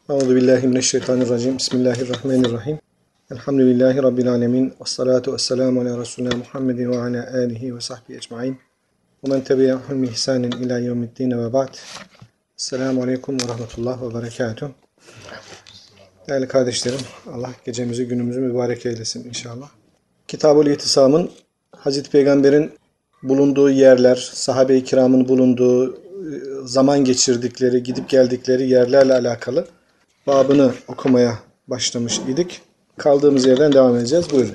Euzubillahimineşşeytanirracim. Bismillahirrahmanirrahim. Elhamdülillahi Rabbil alemin. Vessalatu vesselamu ala Resulina Muhammedin ve ala alihi ve sahbihi ecmain. Ve men tebi'ahum ihsanin ila yevmiddin ve ba'd. Esselamu aleyküm ve rahmetullah ve berekatuhu. Değerli kardeşlerim, Allah gecemizi günümüzü mübarek eylesin inşallah. Kitab-ül İtisam'ın Hazreti Peygamber'in bulunduğu yerler, sahabe-i kiramın bulunduğu, zaman geçirdikleri, gidip geldikleri yerlerle alakalı babını okumaya başlamış idik. Kaldığımız yerden devam edeceğiz. Buyurun.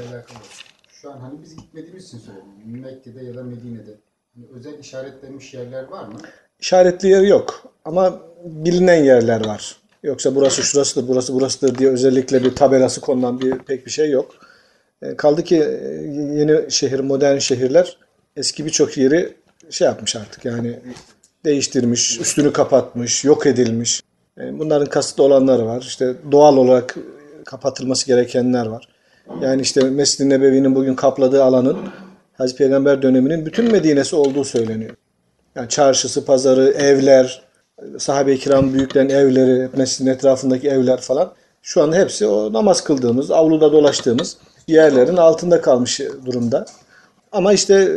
Şu an biz gitmediğimiz için söyledim. Mekke'de ya da Medine'de. Özel işaretlenmiş yerler var mı? İşaretli yer yok ama bilinen yerler var. Yoksa burası şurasıdır, burası burasıdır diye özellikle bir tabelası konulan pek bir şey yok. Kaldı ki yeni şehir, modern şehirler eski birçok yeri yapmış artık, yani değiştirmiş, üstünü kapatmış, yok edilmiş. Bunların kasıtlı olanları var. İşte doğal olarak kapatılması gerekenler var. Yani işte Mescid-i Nebevi'nin bugün kapladığı alanın Hazreti Peygamber döneminin bütün Medine'si olduğu söyleniyor. Yani çarşısı, pazarı, evler, sahabe-i kiram büyüklerin evleri, mescidin etrafındaki evler falan. Şu anda hepsi o namaz kıldığımız, avluda dolaştığımız yerlerin altında kalmış durumda. Ama işte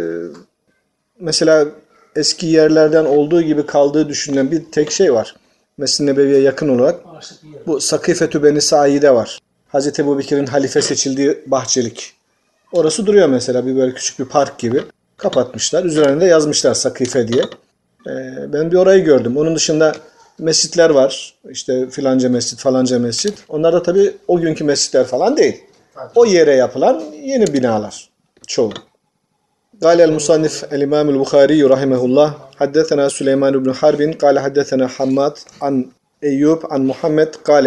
mesela eski yerlerden olduğu gibi kaldığı düşünülen bir tek şey var. Mescid-i Nebevi'ye yakın olarak bu Sakifetü Beni Saide var. Hazreti Ebubekir'in halife seçildiği bahçelik. Orası duruyor mesela, bir böyle küçük bir park gibi. Kapatmışlar. Üzerinde yazmışlar Sakife diye. Ben bir orayı gördüm. Onun dışında mescitler var. İşte filanca mescit, falanca mescit. Onlar da tabii o günkü mescitler falan değil. O yere yapılan yeni binalar çoğu. قال المصنف الإمام البخاري رحمه الله حدثنا سليمان بن حرب قال حدثنا حماد عن أيوب عن محمد قال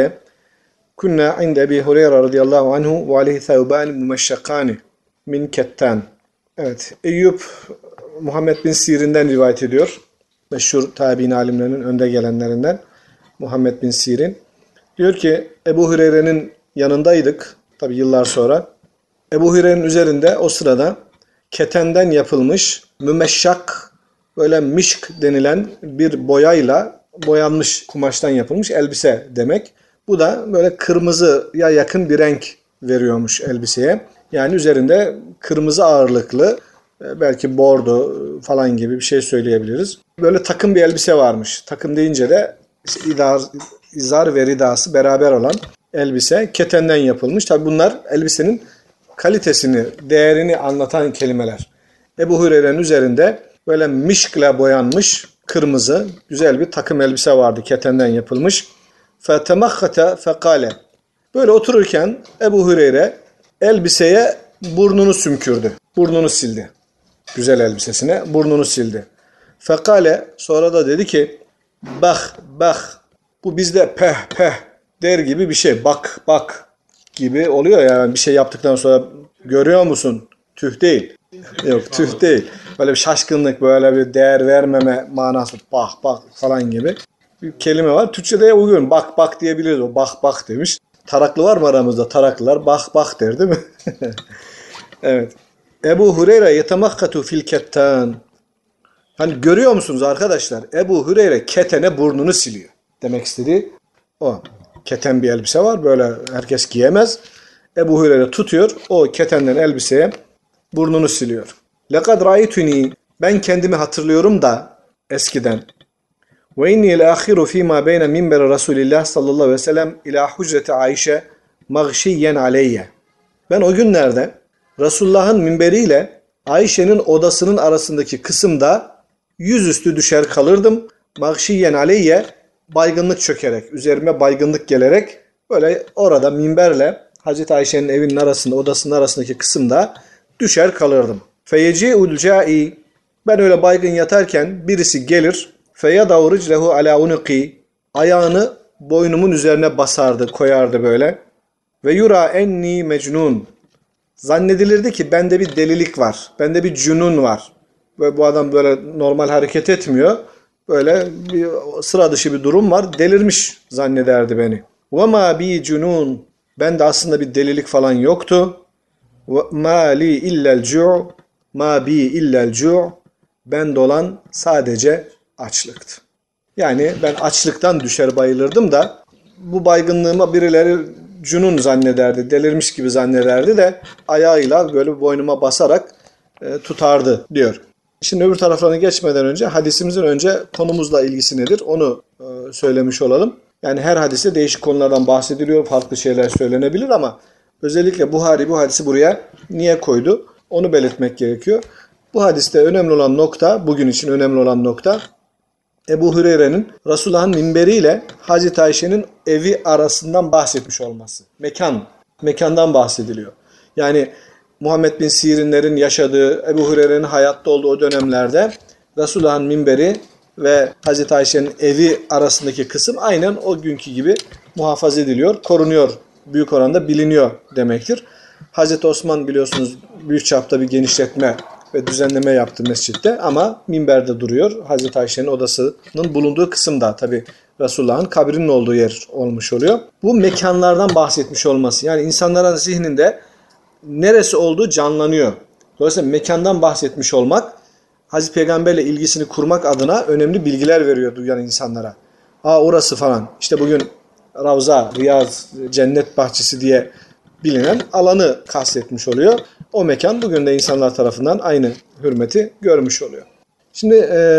كنا عند أبي هريرة رضي الله عنه وعليه ثوبان ممشقان min kettan. Evet, Eyyub Muhammed bin Sirin'den rivayet ediyor. Meşhur tabi'in alimlerinin önde gelenlerinden Muhammed bin Sirin. Diyor ki Ebu Hureyre'nin yanındaydık tabi yıllar sonra. Ebu Hureyre'nin üzerinde o sırada ketenden yapılmış mümeşşak, böyle mişk denilen bir boyayla boyanmış kumaştan yapılmış elbise demek. Bu da böyle kırmızıya yakın bir renk veriyormuş elbiseye. Yani üzerinde kırmızı ağırlıklı, belki bordo falan gibi bir şey söyleyebiliriz. Böyle takım bir elbise varmış. Takım deyince de izar ve ridası beraber olan elbise ketenden yapılmış. Tabi bunlar elbisenin kalitesini, değerini anlatan kelimeler. Ebu Hureyre'nin üzerinde böyle mişkle boyanmış kırmızı güzel bir takım elbise vardı, ketenden yapılmış. فَتَمَخَّتَ فَقَالَ Böyle otururken Ebu Hureyre elbiseye burnunu sümkürdü. Burnunu sildi. Güzel elbisesine burnunu sildi. Fekale sonra da dedi ki bak bu bizde peh der gibi bir şey. Bak gibi oluyor yani, bir şey yaptıktan sonra görüyor musun? Tüh değil. Yok, tüh değil. Böyle bir şaşkınlık, böyle bir değer vermeme manası, bak falan gibi bir kelime var. Türkçe'de uyuyorum. Bak diyebiliriz. O bak demiş. Taraklı var mı aramızda? Taraklılar bak der değil mi? Evet. Ebu Hureyre yetemakkatu fil kettan. Hani görüyor musunuz arkadaşlar? Ebu Hureyre ketene burnunu siliyor. Demek istediği o. Keten bir elbise var. Böyle herkes giyemez. Ebu Hureyre tutuyor. O ketenden elbiseye burnunu siliyor. Lekad ra'aytuni. Ben kendimi hatırlıyorum da eskiden. Ve inni el-ahiru fîmâ beyne minber Resulillah sallallahu aleyhi ve sellem ila hucreti Ayşe mağşiyyen aleyye. Ben o günlerde Resulullah'ın minberiyle Ayşe'nin odasının arasındaki kısımda yüzüstü düşer kalırdım. Mağşiyyen aleyye, baygınlık çökerek, üzerime baygınlık gelerek böyle orada minberle Hazreti Ayşe'nin evinin arasında, odasının arasındaki kısımda düşer kalırdım. Feyeci'ul ca'i, ben öyle baygın yatarken birisi gelir. Feyadav riclehu ala unuqi, ayağını boynumun üzerine basardı, koyardı böyle. Ve yura enni mecnun, zannedilirdi ki bende bir delilik var, bende bir cünun var. Ve bu adam böyle normal hareket etmiyor. Böyle bir sıra dışı bir durum var. Delirmiş zannederdi beni. Ve ma bi cunun, bende aslında bir delilik falan yoktu. Ve ma li illel cu', ma bi illel cu', bende olan sadece açlıktı. Yani ben açlıktan düşer bayılırdım da bu baygınlığıma birileri cünun zannederdi, delirmiş gibi zannederdi de ayağıyla böyle boynuma basarak tutardı diyor. Şimdi öbür taraflarına geçmeden önce hadisimizin önce konumuzla ilgisi nedir onu söylemiş olalım. Yani her hadiste değişik konulardan bahsediliyor, farklı şeyler söylenebilir ama özellikle Buhari bu hadisi buraya niye koydu onu belirtmek gerekiyor. Bu hadiste önemli olan nokta, bugün için önemli olan nokta Ebu Hureyre'nin Resulullah'ın minberiyle Hazreti Ayşe'nin evi arasından bahsetmiş olması. Mekandan bahsediliyor. Yani Muhammed bin Sirinlerin yaşadığı, Ebu Hureyre'nin hayatta olduğu o dönemlerde Resulullah'ın minberi ve Hazreti Ayşe'nin evi arasındaki kısım aynen o günkü gibi muhafaza ediliyor, korunuyor, büyük oranda biliniyor demektir. Hazreti Osman biliyorsunuz büyük çapta bir genişletme ve düzenleme yaptı mescitte ama minberde duruyor. Hazreti Ayşe'nin odasının bulunduğu kısımda tabi Resulullah'ın kabrinin olduğu yer olmuş oluyor. Bu mekanlardan bahsetmiş olması yani insanların zihninde neresi olduğu canlanıyor. Dolayısıyla mekandan bahsetmiş olmak Hazreti Peygamberle ilgisini kurmak adına önemli bilgiler veriyor duyan insanlara. Orası falan işte bugün Ravza, Riyaz, Cennet Bahçesi diye bilinen alanı kastetmiş oluyor. O mekan bugün de insanlar tarafından aynı hürmeti görmüş oluyor. Şimdi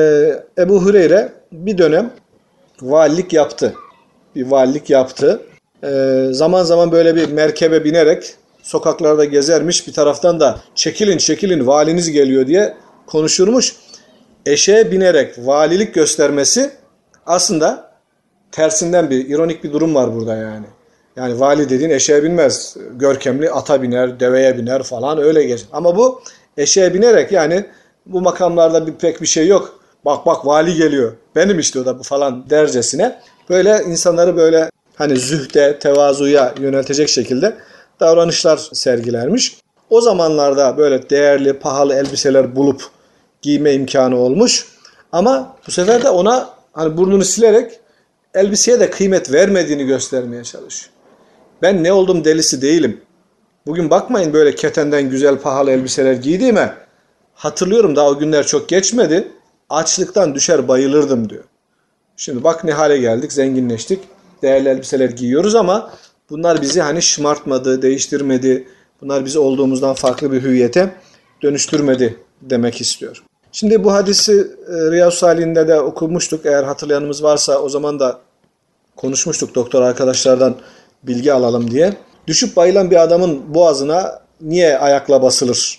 Ebu Hureyre bir dönem valilik yaptı. Bir valilik yaptı. Zaman zaman böyle bir merkebe binerek sokaklarda gezermiş. Bir taraftan da çekilin valiniz geliyor diye konuşurmuş. Eşeğe binerek valilik göstermesi aslında tersinden bir ironik bir durum var burada yani. Yani vali dediğin eşeğe binmez. Görkemli ata biner, deveye biner falan öyle gezer. Ama bu eşeğe binerek yani bu makamlarda pek bir şey yok. Bak vali geliyor. Benim işte o da bu falan dercesine. Böyle insanları böyle hani zühde, tevazuya yöneltecek şekilde davranışlar sergilermiş. O zamanlarda böyle değerli, pahalı elbiseler bulup giyme imkanı olmuş. Ama bu sefer de ona hani burnunu silerek elbiseye de kıymet vermediğini göstermeye çalışıyor. Ben ne oldum delisi değilim. Bugün bakmayın böyle ketenden güzel pahalı elbiseler giydiğime. Hatırlıyorum daha o günler çok geçmedi. Açlıktan düşer bayılırdım diyor. Şimdi bak ne hale geldik, zenginleştik. Değerli elbiseler giyiyoruz ama bunlar bizi hani şımartmadı, değiştirmedi. Bunlar bizi olduğumuzdan farklı bir hüviyete dönüştürmedi demek istiyor. Şimdi bu hadisi Riyazu Salih'inde de okumuştuk. Eğer hatırlayanımız varsa o zaman da konuşmuştuk doktor arkadaşlardan bilgi alalım diye. Düşüp bayılan bir adamın boğazına niye ayakla basılır?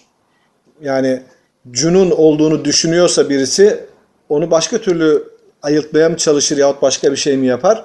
Yani cünun olduğunu düşünüyorsa birisi onu başka türlü ayıltmaya mı çalışır yahut başka bir şey mi yapar?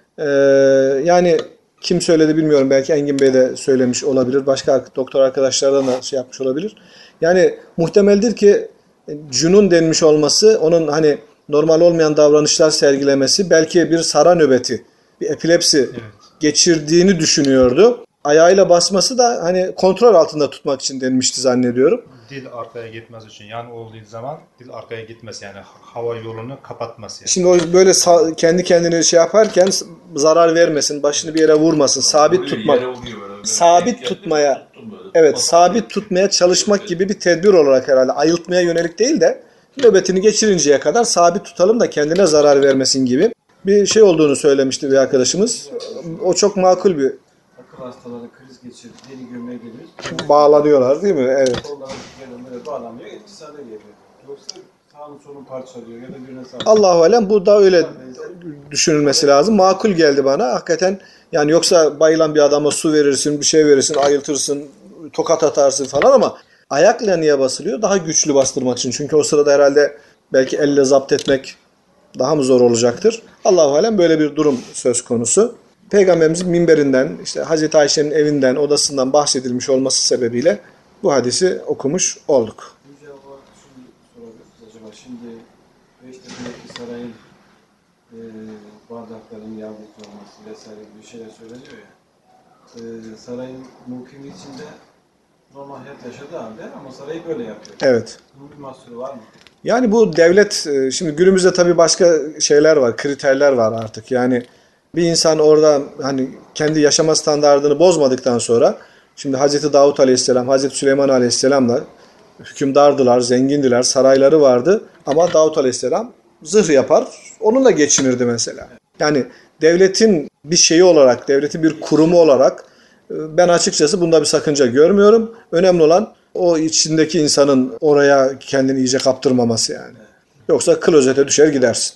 Yani kim söyledi bilmiyorum. Belki Engin Bey de söylemiş olabilir. Başka doktor arkadaşlardan da şey yapmış olabilir. Yani muhtemeldir ki cünun denmiş olması, onun hani normal olmayan davranışlar sergilemesi, belki bir sara nöbeti, bir epilepsi geçirdiğini düşünüyordu. Ayağıyla basması da hani kontrol altında tutmak için denmişti zannediyorum. Dil arkaya gitmesi için yani olduğu zaman dil arkaya gitmesi yani hava yolunu kapatması. Yani. Şimdi o böyle kendi kendine şey yaparken zarar vermesin, başını bir yere vurmasın, sabit tutmak, sabit tutmaya, evet sabit tutmaya çalışmak gibi bir tedbir olarak herhalde ayıltmaya yönelik değil de nöbetini geçirinceye kadar sabit tutalım da kendine zarar vermesin gibi bir şey olduğunu söylemişti bir arkadaşımız. O çok makul bir. Akıl hastaları kriz geçirdi, deli gömleğe gelir. Bağlanıyorlar değil mi? Evet. Ondan böyle bağlanıyor, etkisi hale geliyor. Yoksa sağını solunu parçalıyor ya da birine sağlıyor. Allahu alem bu da öyle düşünülmesi lazım. Makul geldi bana. Hakikaten yani yoksa bayılan bir adama su verirsin, bir şey verirsin, ayıltırsın, tokat atarsın falan ama ayakla niye basılıyor? Daha güçlü bastırmak için. Çünkü o sırada herhalde belki elle zapt etmek daha mı zor olacaktır? Allahu alem böyle bir durum söz konusu. Peygamberimizin minberinden, işte Hazreti Ayşe'nin evinden, odasından bahsedilmiş olması sebebiyle bu hadisi okumuş olduk. Hocam olarak şunu sorabiliriz acaba. Şimdi Beştepe'deki sarayın bardakların yağmur olması vesaire gibi şeyler söyleniyor ya. Sarayın mukimi içinde normal hayat yaşadığı halde ama sarayı böyle yapıyor. Evet. Bunun bir mahsuru var mı? Yani bu devlet, şimdi günümüzde tabii başka şeyler var, kriterler var artık. Yani bir insan orada hani kendi yaşama standardını bozmadıktan sonra, şimdi Hazreti Davut Aleyhisselam, Hazreti Süleyman Aleyhisselam'la hükümdardılar, zengindiler, sarayları vardı. Ama Davut Aleyhisselam zırh yapar, onunla geçinirdi mesela. Yani devletin bir şeyi olarak, devletin bir kurumu olarak ben açıkçası bunda bir sakınca görmüyorum. Önemli olan o içindeki insanın oraya kendini iyice kaptırmaması yani. Yoksa klozete düşer gidersin.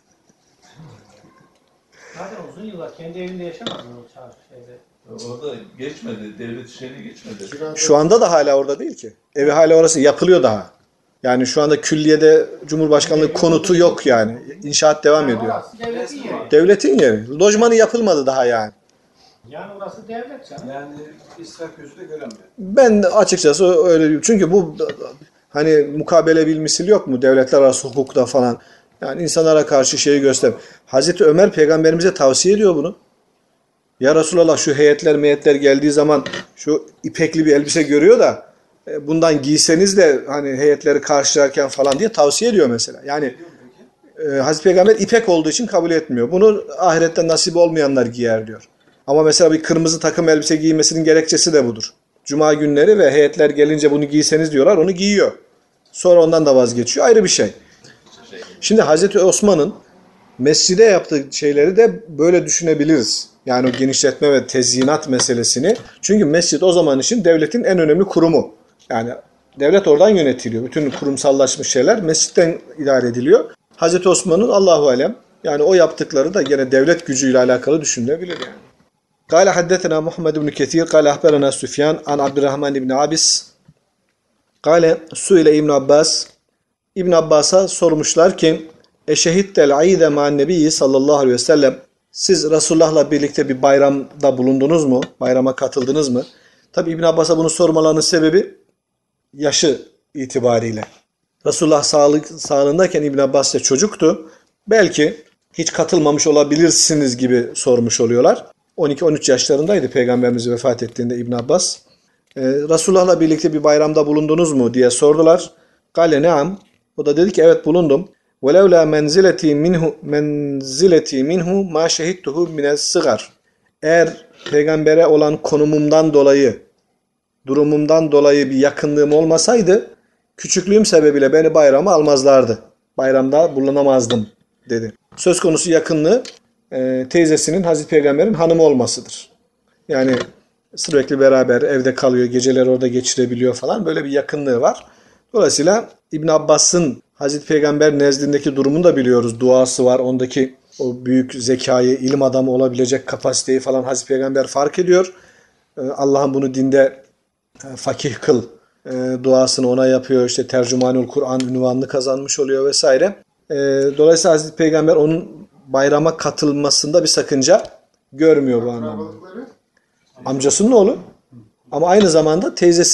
Zaten uzun yıllar kendi evinde yaşamadı mı o şeyde? Orada geçmedi, devlet işlerine geçmedi. Şu anda da hala orada değil ki. Evi hala orası yapılıyor daha. Yani şu anda külliyede Cumhurbaşkanlığı konutu yok yani. İnşaat devam ediyor. Orası devletin yeri. Devletin yeri. Lojmanı yapılmadı daha yani. Yani orası devlet canım. Yani israf gözüyle göremiyor. Ben açıkçası öyle, çünkü bu hani mukabele bil misil yok mu devletler arası hukukta falan. Yani insanlara karşı şeyi göster. Hazreti Ömer peygamberimize tavsiye ediyor bunu. Ya Resulallah, şu heyetler geldiği zaman şu ipekli bir elbise görüyor da bundan giyseniz de hani heyetleri karşılarken falan diye tavsiye ediyor mesela. Yani Hazreti Peygamber ipek olduğu için kabul etmiyor. Bunu ahirette nasip olmayanlar giyer diyor. Ama mesela bir kırmızı takım elbise giymesinin gerekçesi de budur. Cuma günleri ve heyetler gelince bunu giyseniz diyorlar, onu giyiyor. Sonra ondan da vazgeçiyor. Ayrı bir şey. Şimdi Hazreti Osman'ın mescide yaptığı şeyleri de böyle düşünebiliriz. Yani o genişletme ve tezyinat meselesini. Çünkü mescid o zaman için devletin en önemli kurumu. Yani devlet oradan yönetiliyor. Bütün kurumsallaşmış şeyler mescitten idare ediliyor. Hazreti Osman'ın Allahu alem yani o yaptıkları da gene devlet gücüyle alakalı düşünülebilir yani. Kâle haddetena Muhammed ibn Kethir, kâle ahberena Süfyan, an Abdurrahman ibn Abis, kâle suile İbn Abbas, İbn Abbas'a sormuşlar ki, eşehittel aide ma'an nebiyyi sallallahu aleyhi ve sellem, siz Resulullah'la birlikte bir bayramda bulundunuz mu? Bayrama katıldınız mı? Tabi İbn Abbas'a bunu sormalarının sebebi yaşı itibariyle. Resulullah sağlığındayken İbn Abbas da çocuktu. Belki hiç katılmamış olabilirsiniz gibi sormuş oluyorlar. 12-13 yaşlarındaydı Peygamberimiz vefat ettiğinde İbn Abbas. Resulullah'la birlikte bir bayramda bulundunuz mu diye sordular. Kale neam. O da dedi ki evet bulundum. وَلَوْلَا مَنْزِلَتِي مِنْهُ مَا شَهِدْتُهُ مِنَ الصِّغَرِ. Eğer peygambere olan konumumdan dolayı, durumumdan dolayı bir yakınlığım olmasaydı, küçüklüğüm sebebiyle beni bayrama almazlardı. Bayramda bulunamazdım dedi. Söz konusu yakınlığı teyzesinin Hazreti Peygamber'in hanımı olmasıdır. Yani sürekli beraber evde kalıyor, geceleri orada geçirebiliyor falan, böyle bir yakınlığı var. Dolayısıyla İbn Abbas'ın Hazreti Peygamber nezdindeki durumunu da biliyoruz. Duası var, ondaki o büyük zekayı, ilim adamı olabilecek kapasiteyi falan Hazreti Peygamber fark ediyor. Allah'ın bunu dinde fakih kıl duasını ona yapıyor. İşte Tercümanul Kur'an unvanını kazanmış oluyor vesaire. Dolayısıyla Hazreti Peygamber onun bayrama katılmasında bir sakınca görmüyor bu anlamda. Amcasının oğlu ama aynı zamanda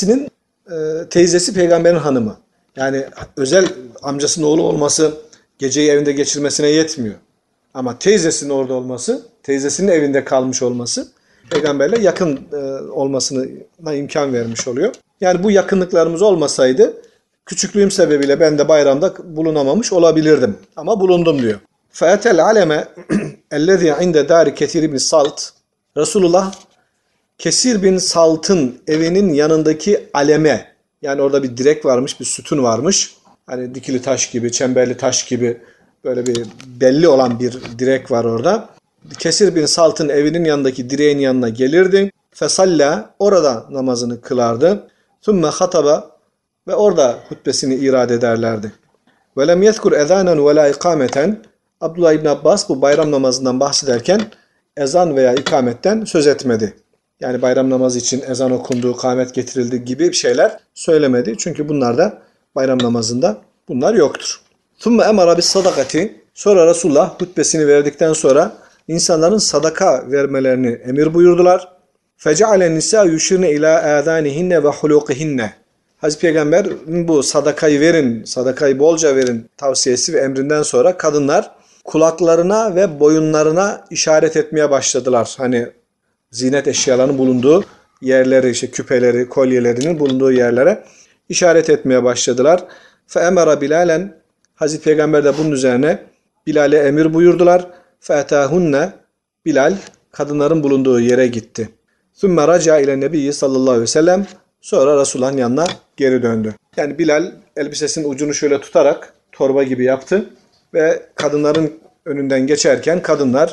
teyzesi peygamberin hanımı. Yani özel amcasının oğlu olması geceyi evinde geçirmesine yetmiyor. Ama teyzesinin orada olması, teyzesinin evinde kalmış olması peygamberle yakın olmasına imkan vermiş oluyor. Yani bu yakınlıklarımız olmasaydı küçüklüğüm sebebiyle ben de bayramda bulunamamış olabilirdim. Ama bulundum diyor. فَاَتَ الْعَلَمَ اَلَّذِي عِنْدَ دَارِ كَثِيرِ بْنِ Salt. Resulullah Kesir bin Salt'ın evinin yanındaki aleme, yani orada bir direk varmış, bir sütun varmış. Hani dikili taş gibi, çemberli taş gibi böyle bir belli olan bir direk var orada. Kesir bin Salt'ın evinin yanındaki direğin yanına gelirdi. Fesalla, orada namazını kılardı. Thumme hataba, ve orada hutbesini irad ederlerdi. Ve lem yezkur ezanen ve la ikameten. Abdullah İbn Abbas bu bayram namazından bahsederken ezan veya ikametten söz etmedi. Yani bayram namazı için ezan okundu, kâmet getirildi gibi şeyler söylemedi. Çünkü bunlar da bayram namazında bunlar yoktur. ثُمَّ اَمَرَ بِالصَّدَقَةِ. Sonra Resulullah hutbesini verdikten sonra insanların sadaka vermelerini emir buyurdular. فَجَعَلَ النِّسَاءُ يُشِرْنَ اِلَى اَذَانِهِنَّ وَحُلُوقِهِنَّ. Hazreti Peygamber'in bu sadakayı verin, sadakayı bolca verin tavsiyesi ve emrinden sonra kadınlar kulaklarına ve boyunlarına işaret etmeye başladılar. Hani zinet eşyalarının bulunduğu yerleri, işte küpeleri, kolyelerinin bulunduğu yerlere işaret etmeye başladılar. فَاَمَرَ بِلَالًا. Hazreti Peygamber de bunun üzerine Bilal'e emir buyurdular. فَاَتَاهُنَّ. Bilal kadınların bulunduğu yere gitti. ثُمَّ رَجَعَ اِلَى النَّبِيِّ sallallahu aleyhi ve sellem. Sonra Resulullah'ın yanına geri döndü. Yani Bilal elbisesinin ucunu şöyle tutarak torba gibi yaptı ve kadınların önünden geçerken kadınlar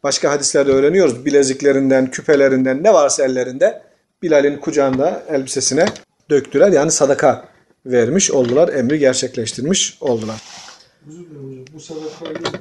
Başka hadislerde öğreniyoruz. Bileziklerinden, küpelerinden ne varsa ellerinde Bilal'in kucağında elbisesine döktüler. Yani sadaka vermiş oldular, emri gerçekleştirmiş oldular. Özür dilerim hocam. Bu sadakayı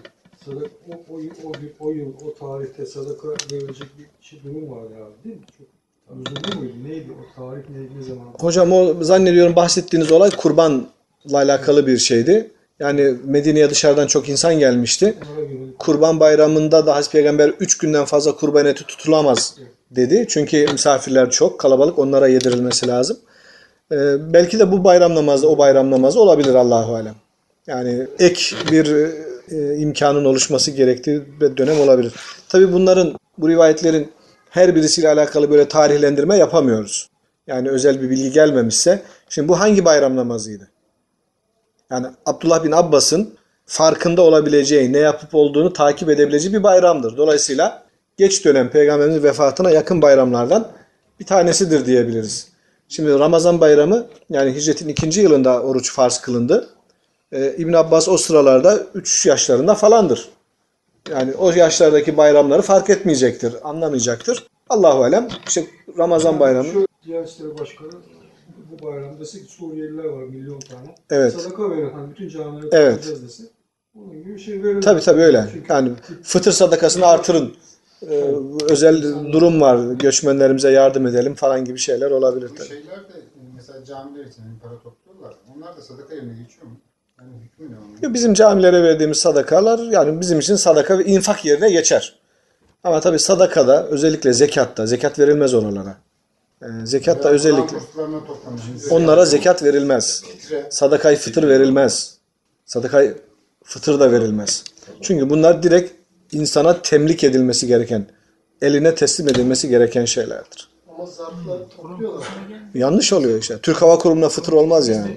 o yıl, o tarihte sadaka verilecek bir durum vardı abi değil mi? Çok lüzumlu muydu? Neydi o tarih neydi, ne zaman? Hocam o zannediyorum bahsettiğiniz olay kurbanla alakalı bir şeydi. Yani Medine'ye dışarıdan çok insan gelmişti. Kurban bayramında da Hazreti Peygamber 3 günden fazla kurban eti tutulamaz dedi. Çünkü misafirler çok kalabalık, onlara yedirilmesi lazım. Belki de bu bayram namazı o bayram namazı olabilir, Allahu alem. Yani ek bir imkanın oluşması gerektiği bir dönem olabilir. Tabii bu rivayetlerin her birisiyle alakalı böyle tarihlendirme yapamıyoruz. Yani özel bir bilgi gelmemişse. Şimdi bu hangi bayram namazıydı? Yani Abdullah bin Abbas'ın farkında olabileceği, ne yapıp olduğunu takip edebileceği bir bayramdır. Dolayısıyla geç dönem Peygamberimizin vefatına yakın bayramlardan bir tanesidir diyebiliriz. Şimdi Ramazan bayramı, yani hicretin 2. yılında oruç farz kılındı. İbn Abbas o sıralarda 3 yaşlarında falandır. Yani o yaşlardaki bayramları fark etmeyecektir, anlamayacaktır. Allahu alem. İşte Ramazan bayramı. Şu Diyanet İşleri Başkanı bu bayramda dese ki Suriyeliler var milyon tane. Evet. Sadaka verir. Hani bütün camilere Evet. toplayacağız dese. Onun gibi bir şey verir. Tabii öyle. Çünkü Yani fıtır sadakasını artırın. Özel durum var. Göçmenlerimize yardım edelim falan gibi şeyler olabilir Bu tabii. şeyler de mesela camiler için hani para topluyorlar. Onlar da sadaka yerine geçiyor mu? Yani hükmü ne onun? Bizim camilere verdiğimiz sadakalar yani bizim için sadaka ve infak yerine geçer. Ama tabii sadakada, özellikle zekatta, zekat verilmez oralara. Zekatta Veya özellikle Kur'an kurslarına toplanmış. onlara zekat verilmez. Fitre. Sadakayı fıtır verilmez. Sadakayı fıtır da verilmez. Çünkü bunlar direkt insana temlik edilmesi gereken, eline teslim edilmesi gereken şeylerdir. ama zarfları topluyorlar. Yanlış oluyor işte. Türk Hava Kurumu'na fıtır olmaz yani.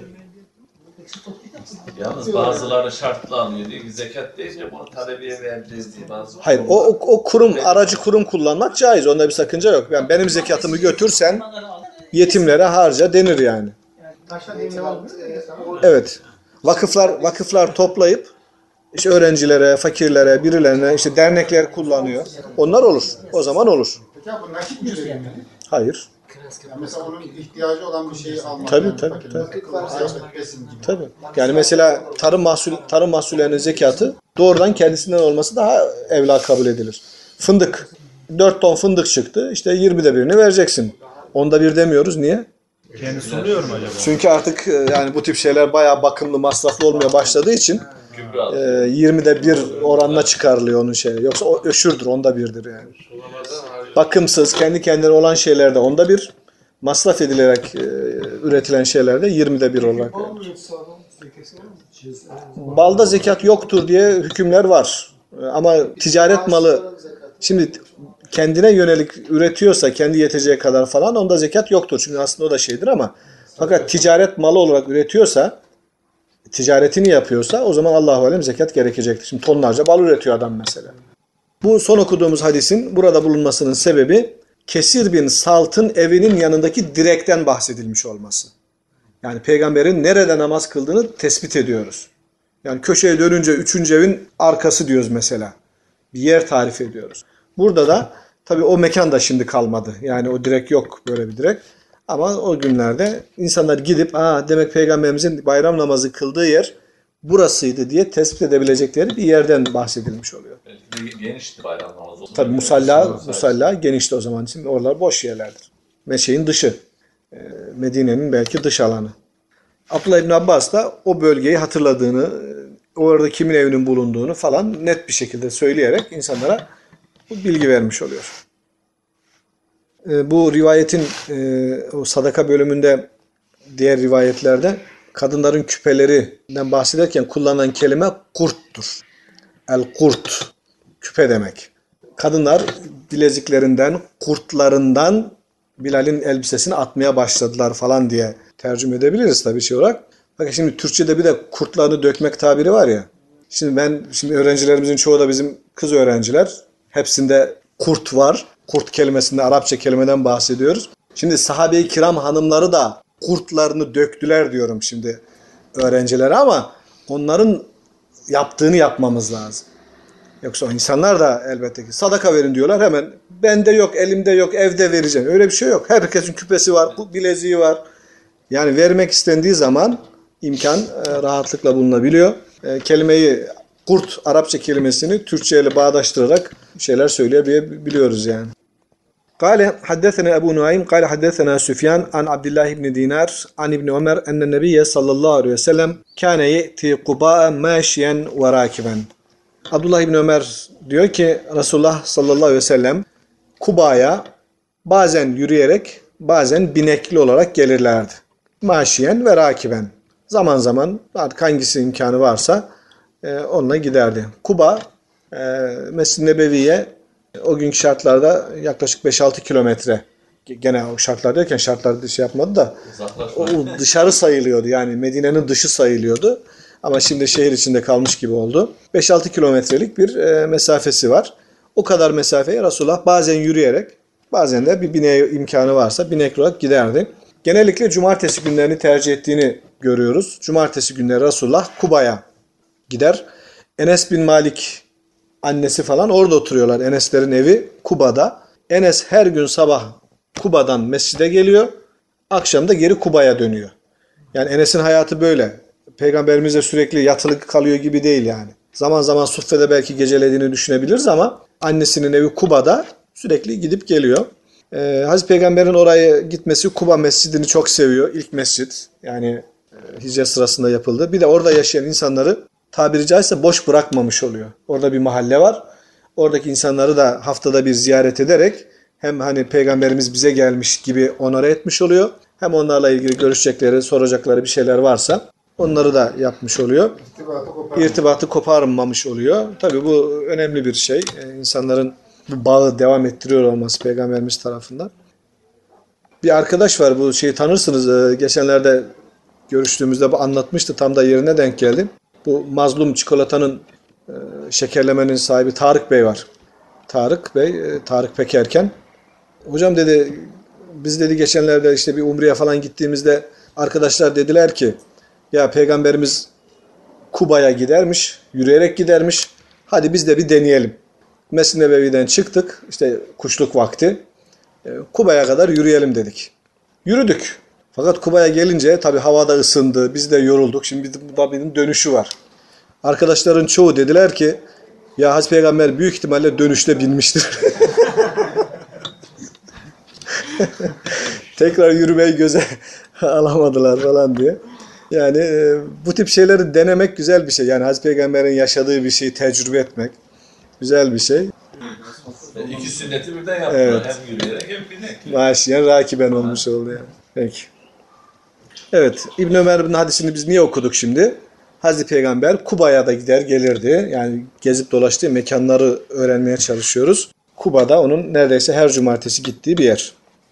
Yalnız bazıları şartla alıyor. Diyor ki zekat deyince bunu talebeye vereceğiz diye bazı. Hayır, o kurum, aracı kurum kullanmak caiz. Onda bir sakınca yok. Yani benim zekatımı götürsen yetimlere harca denir yani. Taşla demir olmuyor. Evet. Vakıflar toplayıp işte öğrencilere, fakirlere, birilerine işte dernekler kullanıyor. Onlar olur. O zaman olur. Peki abi bu nakit mi verilmeli? Hayır. Yani mesela onun ihtiyacı olan bir şeyi almak. Tabii, yani tabii, fakir, tabii. kıyafet, besin gibi. Tabii. Yani mesela tarım mahsullerinin zekatı doğrudan kendisinden olması daha evla kabul edilir. Fındık. 4 ton fındık çıktı. İşte 20'de birini vereceksin. Onda bir demiyoruz. Niye? Kendisi oluyor mu acaba? Çünkü artık yani bu tip şeyler bayağı bakımlı, masraflı olmaya başladığı için Gübre alıyor. 20'de 1 oranına çıkarılıyor onun şeyi. Yoksa o öşürdür, onda birdir yani. Bakımsız, kendi kendine olan şeylerde onda bir, masraf edilerek üretilen şeylerde 20'de 1 olarak. Bal üreti sağlam zekası var mı? Balda zekat yoktur diye hükümler var. Ama ticaret malı şimdi kendine yönelik üretiyorsa kendi yeteceği kadar falan onda zekat yoktur. Çünkü aslında o da şeydir ama fakat ticaret malı olarak üretiyorsa, ticaretini yapıyorsa o zaman Allahu alem zekat gerekecektir. Şimdi tonlarca bal üretiyor adam mesela. Bu son okuduğumuz hadisin burada bulunmasının sebebi Kesir bin Salt'ın evinin yanındaki direkten bahsedilmiş olması. Yani peygamberin nerede namaz kıldığını tespit ediyoruz. Yani köşeye dönünce 3. evin arkası diyoruz mesela. Bir yer tarif ediyoruz. Burada da tabii o mekan da şimdi kalmadı. Yani o direk yok, böyle bir direk. Ama o günlerde insanlar gidip demek peygamberimizin bayram namazı kıldığı yer burasıydı diye tespit edebilecekleri bir yerden bahsedilmiş oluyor. Belki de genişti bayram namazı. Tabii musalla genişti o zaman için. Oralar boş yerlerdir. Meşe'in dışı. Medine'nin belki dış alanı. Abdullah İbni Abbas da o bölgeyi hatırladığını, orada kimin evinin bulunduğunu falan net bir şekilde söyleyerek insanlara bu bilgi vermiş oluyor. Bu rivayetin o sadaka bölümünde diğer rivayetlerde kadınların küpelerinden bahsederken kullanılan kelime kurttur. El-kurt, küpe demek. Kadınlar bileziklerinden, kurtlarından Bilal'in elbisesini atmaya başladılar falan diye tercüme edebiliriz tabii şey olarak. Bakın şimdi Türkçe'de bir de kurtlarını dökmek tabiri var ya. Şimdi öğrencilerimizin çoğu da bizim kız öğrenciler. Hepsinde kurt var. Kurt kelimesinde Arapça kelimeden bahsediyoruz. Şimdi sahabe-i kiram hanımları da kurtlarını döktüler diyorum şimdi öğrencilere ama onların yaptığını yapmamız lazım. Yoksa o insanlar da elbette ki sadaka verin diyorlar, hemen bende yok, elimde yok, evde vereceğim. Öyle bir şey yok. Herkesin küpesi var, bileziği var. Yani vermek istendiği zaman imkan rahatlıkla bulunabiliyor. Kelimeyi kurt, Arapça kelimesini Türkçe ile bağdaştırarak şeyler söyleyebiliyoruz yani. قال حدثنا أبو نعيم قال حدثنا سفيان عن عبد الله بن دينار عن ابن عمر أن النبي صلى الله عليه وسلم كان يأتي قباء ماشيا وراكبا. Abdullah İbni Ömer diyor ki Resulullah sallallahu aleyhi ve sellem Kuba'ya bazen yürüyerek bazen binekli olarak gelirlerdi. Maşiyen ve rakiben. Zaman zaman artık hangisi imkanı varsa onunla giderdi. Kuba Mescid-i Nebevi'ye o günkü şartlarda yaklaşık 5-6 kilometre. Gene o şartlar derken şartlar şey yapmadı da o dışarı sayılıyordu. Yani Medine'nin dışı sayılıyordu. Ama şimdi şehir içinde kalmış gibi oldu. 5-6 kilometrelik bir mesafesi var. O kadar mesafeyi Resulullah bazen yürüyerek bazen de bir bineğe imkanı varsa binekli olarak giderdi. Genellikle cumartesi günlerini tercih ettiğini görüyoruz. Cumartesi günleri Resulullah Kuba'ya gider. Enes bin Malik annesi falan orada oturuyorlar. Eneslerin evi Kuba'da. Enes her gün sabah Kuba'dan mescide geliyor. Akşam da geri Kuba'ya dönüyor. Yani Enes'in hayatı böyle. Peygamberimiz de sürekli yatılı kalıyor gibi değil yani. Zaman zaman Suffe'de belki gecelediğini düşünebiliriz ama annesinin evi Kuba'da sürekli gidip geliyor. Hazreti Peygamber'in oraya gitmesi, Kuba mescidini çok seviyor. İlk mescit yani hicret sırasında yapıldı. Bir de orada yaşayan insanları tabiri caizse boş bırakmamış oluyor. Orada bir mahalle var. Oradaki insanları da haftada bir ziyaret ederek hem hani Peygamberimiz bize gelmiş gibi onore etmiş oluyor. Hem onlarla ilgili görüşecekleri, soracakları bir şeyler varsa onları da yapmış oluyor. İrtibatı koparmamış oluyor. Tabii bu önemli bir şey. İnsanların bu bağı devam ettiriyor olması Peygamberimiz tarafından. Bir arkadaş var, bu şeyi tanırsınız. Geçenlerde görüştüğümüzde bu anlatmıştı. Tam da yerine denk geldi. Bu mazlum çikolatanın şekerlemenin sahibi Tarık Bey var. Tarık Bey, Tarık Pekerken. Hocam dedi, biz dedi geçenlerde işte bir umreye falan gittiğimizde arkadaşlar dediler ki ya Peygamberimiz Kuba'ya gidermiş, yürüyerek gidermiş. Hadi biz de bir deneyelim. Mescid-i Nebevi'den çıktık, işte kuşluk vakti. Kuba'ya kadar yürüyelim dedik. Yürüdük. Fakat Kuba'ya gelince tabii havada ısındı, biz de yorulduk. Şimdi bir dönüşü var. Arkadaşların çoğu dediler ki ya Hazreti Peygamber büyük ihtimalle dönüşte binmiştir. Tekrar yürümeyi göze alamadılar falan diye. Yani bu tip şeyleri denemek güzel bir şey. Yani Hazreti Peygamber'in yaşadığı bir şeyi tecrübe etmek güzel bir şey. İki sünneti birden yaptılar. Evet. Hem yürüyerek hem binek. Maşiyen rakiben olmuş oldu yani. Peki. Evet. İbn Ömer'in hadisini biz niye okuduk şimdi? Hazreti Peygamber Kuba'ya da gider gelirdi. Yani gezip dolaştığı mekanları öğrenmeye çalışıyoruz. Kuba'da onun neredeyse her cumartesi gittiği bir yer.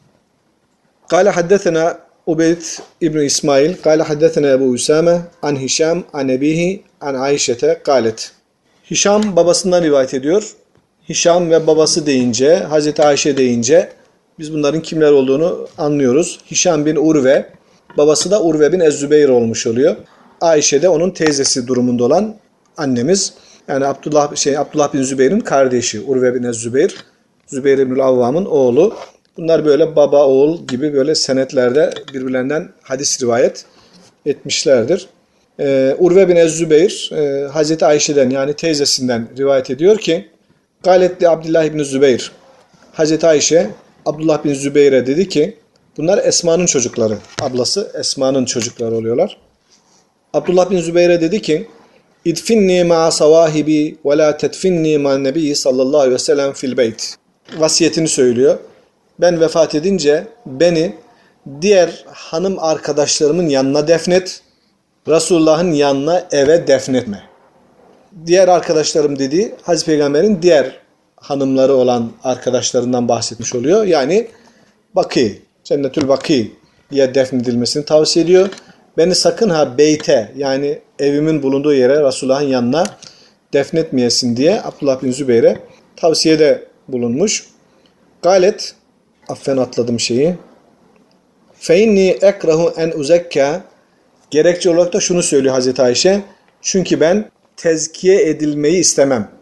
Kale haddethena Ubeyd İbn İsmail. Kale haddethena Ebu Usame an Hişam an Ebihi an Ayşete kalet. Hişam babasından rivayet ediyor. Hişam ve babası deyince, Hazreti Ayşe deyince biz bunların kimler olduğunu anlıyoruz. Hişam bin Urve, babası da Urve bin Ez-Zübeyir olmuş oluyor. Ayşe de onun teyzesi durumunda olan annemiz. Yani Abdullah bin Zübeyir'in kardeşi Urve bin Ez-Zübeyir. Zübeyir ibn Avvam'ın oğlu. Bunlar böyle baba oğul gibi böyle senetlerde birbirlerinden hadis rivayet etmişlerdir. Urve bin Ez-Zübeyir Hazreti Ayşe'den yani teyzesinden rivayet ediyor ki Galetli Abdullah bin Zübeyir. Hazreti Ayşe Abdullah bin Zübeyir'e dedi ki bunlar Esma'nın çocukları. Ablası Esma'nın çocukları oluyorlar. Abdullah bin Zübeyir'e dedi ki İdfinni ma'a savahibi ve la tedfinni ma'an nebi sallallahu aleyhi ve sellem fil beyt. Vasiyetini söylüyor. Ben vefat edince beni diğer hanım arkadaşlarımın yanına defnet. Resulullah'ın yanına eve defnetme. Diğer arkadaşlarım dediği Hazreti Peygamber'in diğer hanımları olan arkadaşlarından bahsetmiş oluyor. Yani Baki, Cennetül Baki'ye defnedilmesini tavsiye ediyor. Beni sakın ha beyte yani evimin bulunduğu yere Resulullah'ın yanına defnetmeyesin diye Abdullah bin Zübeyir'e tavsiyede bulunmuş. Galet, affen atladım şeyi. Feinni ekrahu en uzekka. Gerekçe olarak da şunu söylüyor Hazreti Ayşe. Çünkü ben tezkiye edilmeyi istemem.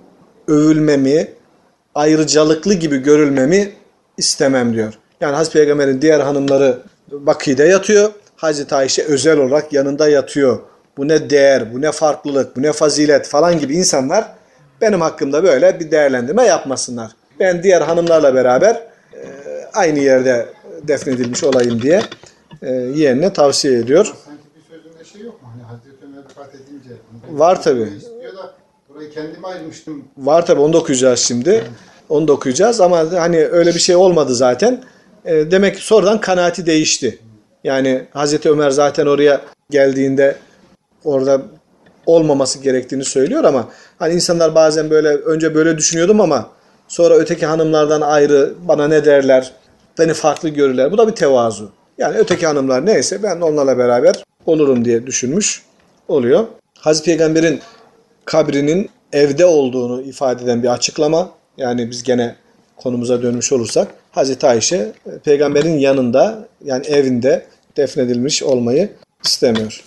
övülmemi, ayrıcalıklı gibi görülmemi istemem diyor. Yani Hazreti Peygamber'in diğer hanımları Bakî'de yatıyor. Hazreti Ayşe özel olarak yanında yatıyor. Bu ne değer, bu ne farklılık, bu ne fazilet falan gibi insanlar benim hakkımda böyle bir değerlendirme yapmasınlar. Ben diğer hanımlarla beraber aynı yerde defnedilmiş olayım diye yeğenine tavsiye ediyor. Sanki bir sözünde şey yok mu? Hani Hazreti Ömer vefat edince. Var tabii. İstiyor da burayı kendime ayırmıştım. Var tabii, onu da okuyacağız şimdi. Onu da okuyacağız ama hani öyle bir şey olmadı zaten. Demek ki sonradan kanaati değişti. Yani Hazreti Ömer zaten oraya geldiğinde orada olmaması gerektiğini söylüyor ama hani insanlar bazen böyle önce böyle düşünüyordum ama sonra öteki hanımlardan ayrı bana ne derler, beni farklı görürler. Bu da bir tevazu. Yani öteki hanımlar neyse ben onlarla beraber olurum diye düşünmüş oluyor. Hazreti Peygamber'in kabrinin evde olduğunu ifade eden bir açıklama. Yani biz gene konumuza dönmüş olursak Hazreti Ayşe Peygamber'in yanında yani evinde defnedilmiş olmayı istemiyor.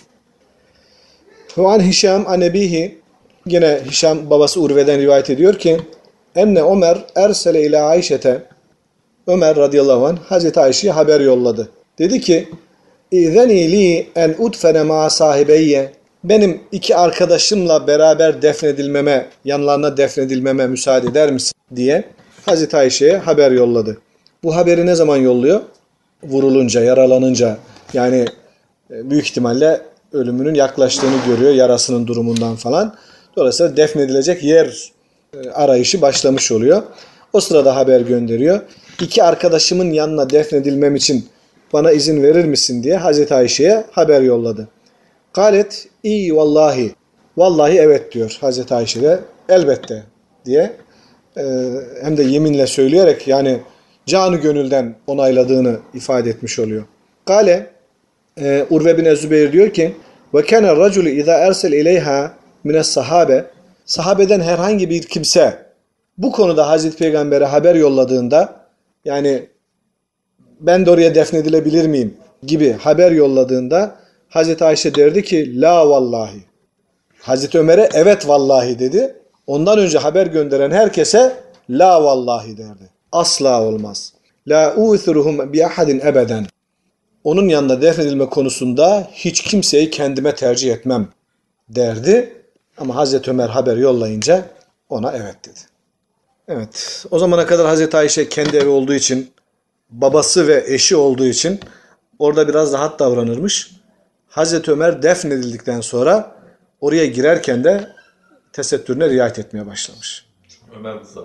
Huan Hişam anebihi, yine Hişam babası Urve'den rivayet ediyor ki enne Ömer ersele ile Ayşe'te, Ömer radıyallahu anh Hazreti Ayşe'ye haber yolladı. Dedi ki İzeni li en udfene ma sahibeyye, benim iki arkadaşımla beraber defnedilmeme, yanlarına defnedilmeme müsaade eder misin diye Hazreti Ayşe'ye haber yolladı. Bu haberi ne zaman yolluyor? Vurulunca, yaralanınca, yani büyük ihtimalle ölümünün yaklaştığını görüyor, yarasının durumundan falan. Dolayısıyla defnedilecek yer arayışı başlamış oluyor. O sırada haber gönderiyor. İki arkadaşımın yanına defnedilmem için bana izin verir misin diye Hazreti Ayşe'ye haber yolladı. Galet iyi vallahi. Vallahi evet diyor Hazreti Ayşe de elbette diye hem de yeminle söyleyerek yani canı gönülden onayladığını ifade etmiş oluyor. Gale Urve bin Zübeyir diyor ki ve kana raculu iza ersel ileyha mines sahabe, sahabeden herhangi bir kimse bu konuda Hazreti Peygamber'e haber yolladığında, yani ben de oraya defnedilebilir miyim gibi haber yolladığında Hazreti Ayşe derdi ki la vallahi. Hazreti Ömer'e evet vallahi dedi. Ondan önce haber gönderen herkese la vallahi derdi. Asla olmaz. La u'thiruhum bi ahadin ebeden. Onun yanında defnedilme konusunda hiç kimseyi kendime tercih etmem derdi. Ama Hazreti Ömer haber yollayınca ona evet dedi. Evet, o zamana kadar Hazreti Ayşe kendi evi olduğu için, babası ve eşi olduğu için orada biraz rahat davranırmış. Hazreti Ömer defnedildikten sonra oraya girerken de tesettürüne riayet etmeye başlamış. Ömer kızar.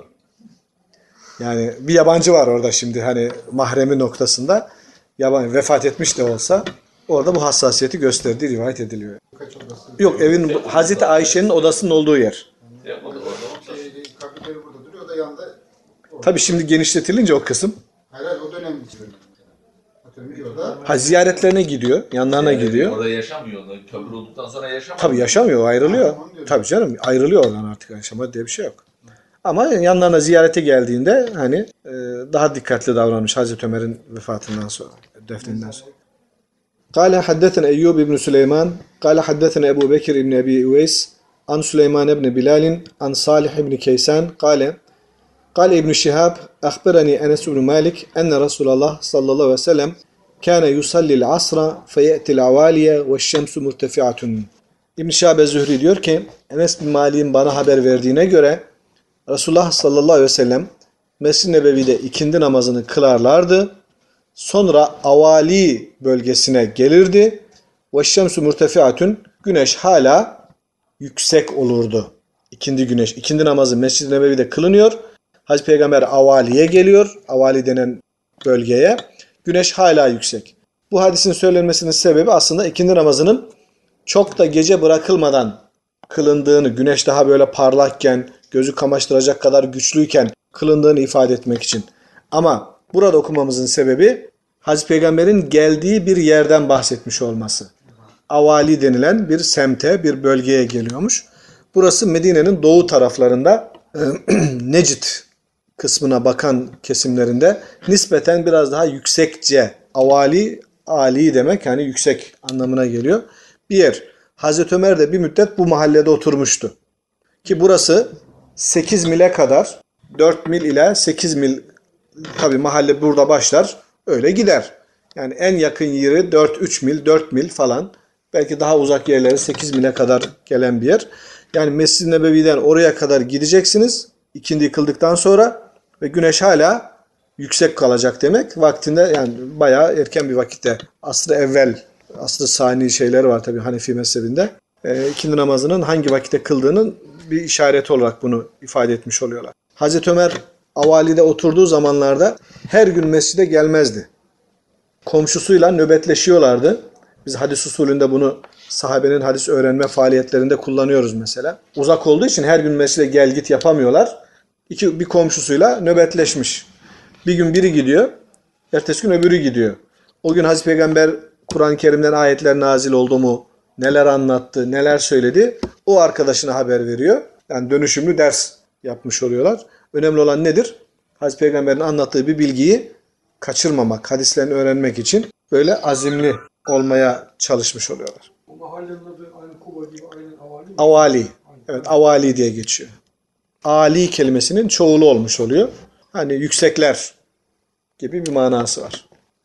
Yani bir yabancı var orada şimdi hani mahremi noktasında. Yabancı vefat etmiş de olsa orada bu hassasiyeti gösterdiği rivayet ediliyor. Kaç odası? Yok, evin Hazreti Ayşe'nin odasının olduğu yer. Yapmadı orada. Kabirleri burada duruyor, o da yanında. Tabii şimdi genişletilince o kısım. Herhalde o dönem için. Atıyorum bir oda. Ha, ziyaretlerine gidiyor, yanlarına gidiyor. Orada yaşamıyor. Köprü olduktan sonra yaşamıyor. Tabii yaşamıyor, ayrılıyor. Tabii canım, ayrılıyor oradan artık, yaşama diye bir şey yok. Ama yanlarına ziyarete geldiğinde hani daha dikkatli davranmış Hazreti Ömer'in vefatından sonra, defninden sonra. قال حدثنا أيوب بن سليمان قال حدثنا أبو بكر بن أبي أويس عن سليمان بن بلال عن صالح بن كيسان قال ابن شهاب أخبرني أنس بن مالك أن رسول الله صلى الله عليه وسلم كان يصلي العصر فيأتي العوالية والشمس مرتفعة. İbn Şihab Zühri diyor ki Enes bin Malik'in bana haber verdiğine göre Resulullah sallallahu aleyhi ve sellem Mescid-i Nebevi'de ikindi namazını kılarlardı. Sonra avali bölgesine gelirdi. وَالشَّمْسُ مُرْتَفِعَةٌ, güneş hala yüksek olurdu. İkindi güneş. İkindi namazı Mescid-i Nebevi'de kılınıyor. Hazreti Peygamber avaliye geliyor. Avali denen bölgeye. Güneş hala yüksek. Bu hadisin söylenmesinin sebebi aslında ikindi namazının çok da gece bırakılmadan kılındığını, güneş daha böyle parlakken, gözü kamaştıracak kadar güçlüyken kılındığını ifade etmek için. Ama burada okumamızın sebebi Hazreti Peygamber'in geldiği bir yerden bahsetmiş olması. Avali denilen bir semte, bir bölgeye geliyormuş. Burası Medine'nin doğu taraflarında Necd kısmına bakan kesimlerinde nispeten biraz daha yüksekçe, avali, ali demek yani yüksek anlamına geliyor. Bir yer. Hazreti Ömer de bir müddet bu mahallede oturmuştu. Ki burası 8 mile kadar 4 mil ile 8 mil tabi mahalle burada başlar öyle gider. Yani en yakın yeri 3 mil 4 mil falan belki daha uzak yerleri 8 mile kadar gelen bir yer. Yani Mescid-i Nebevi'den oraya kadar gideceksiniz ikindi yıkıldıktan sonra ve güneş hala yüksek kalacak demek. Vaktinde yani bayağı erken bir vakitte asr-ı evvel, asr-ı sani şeyleri var tabii Hanefi mezhebinde. İkindi namazının hangi vakitte kıldığının bir işareti olarak bunu ifade etmiş oluyorlar. Hazreti Ömer avalide oturduğu zamanlarda her gün mescide gelmezdi. Komşusuyla nöbetleşiyorlardı. Biz hadis usulünde bunu sahabenin hadis öğrenme faaliyetlerinde kullanıyoruz mesela. Uzak olduğu için her gün mescide gel git yapamıyorlar. Bir komşusuyla nöbetleşmiş. Bir gün biri gidiyor, ertesi gün öbürü gidiyor. O gün Hazreti Peygamber Kur'an-ı Kerim'den ayetler nazil oldu mu, neler anlattı, neler söyledi, o arkadaşına haber veriyor. Yani dönüşümlü ders yapmış oluyorlar. Önemli olan nedir? Hazreti Peygamber'in anlattığı bir bilgiyi kaçırmamak, hadislerini öğrenmek için böyle azimli olmaya çalışmış oluyorlar. O mahallenin adı aynı Kuba gibi aynı Avali mi? Avali. Evet, avali diye geçiyor. Ali kelimesinin çoğulu olmuş oluyor. Hani yüksekler gibi bir manası var.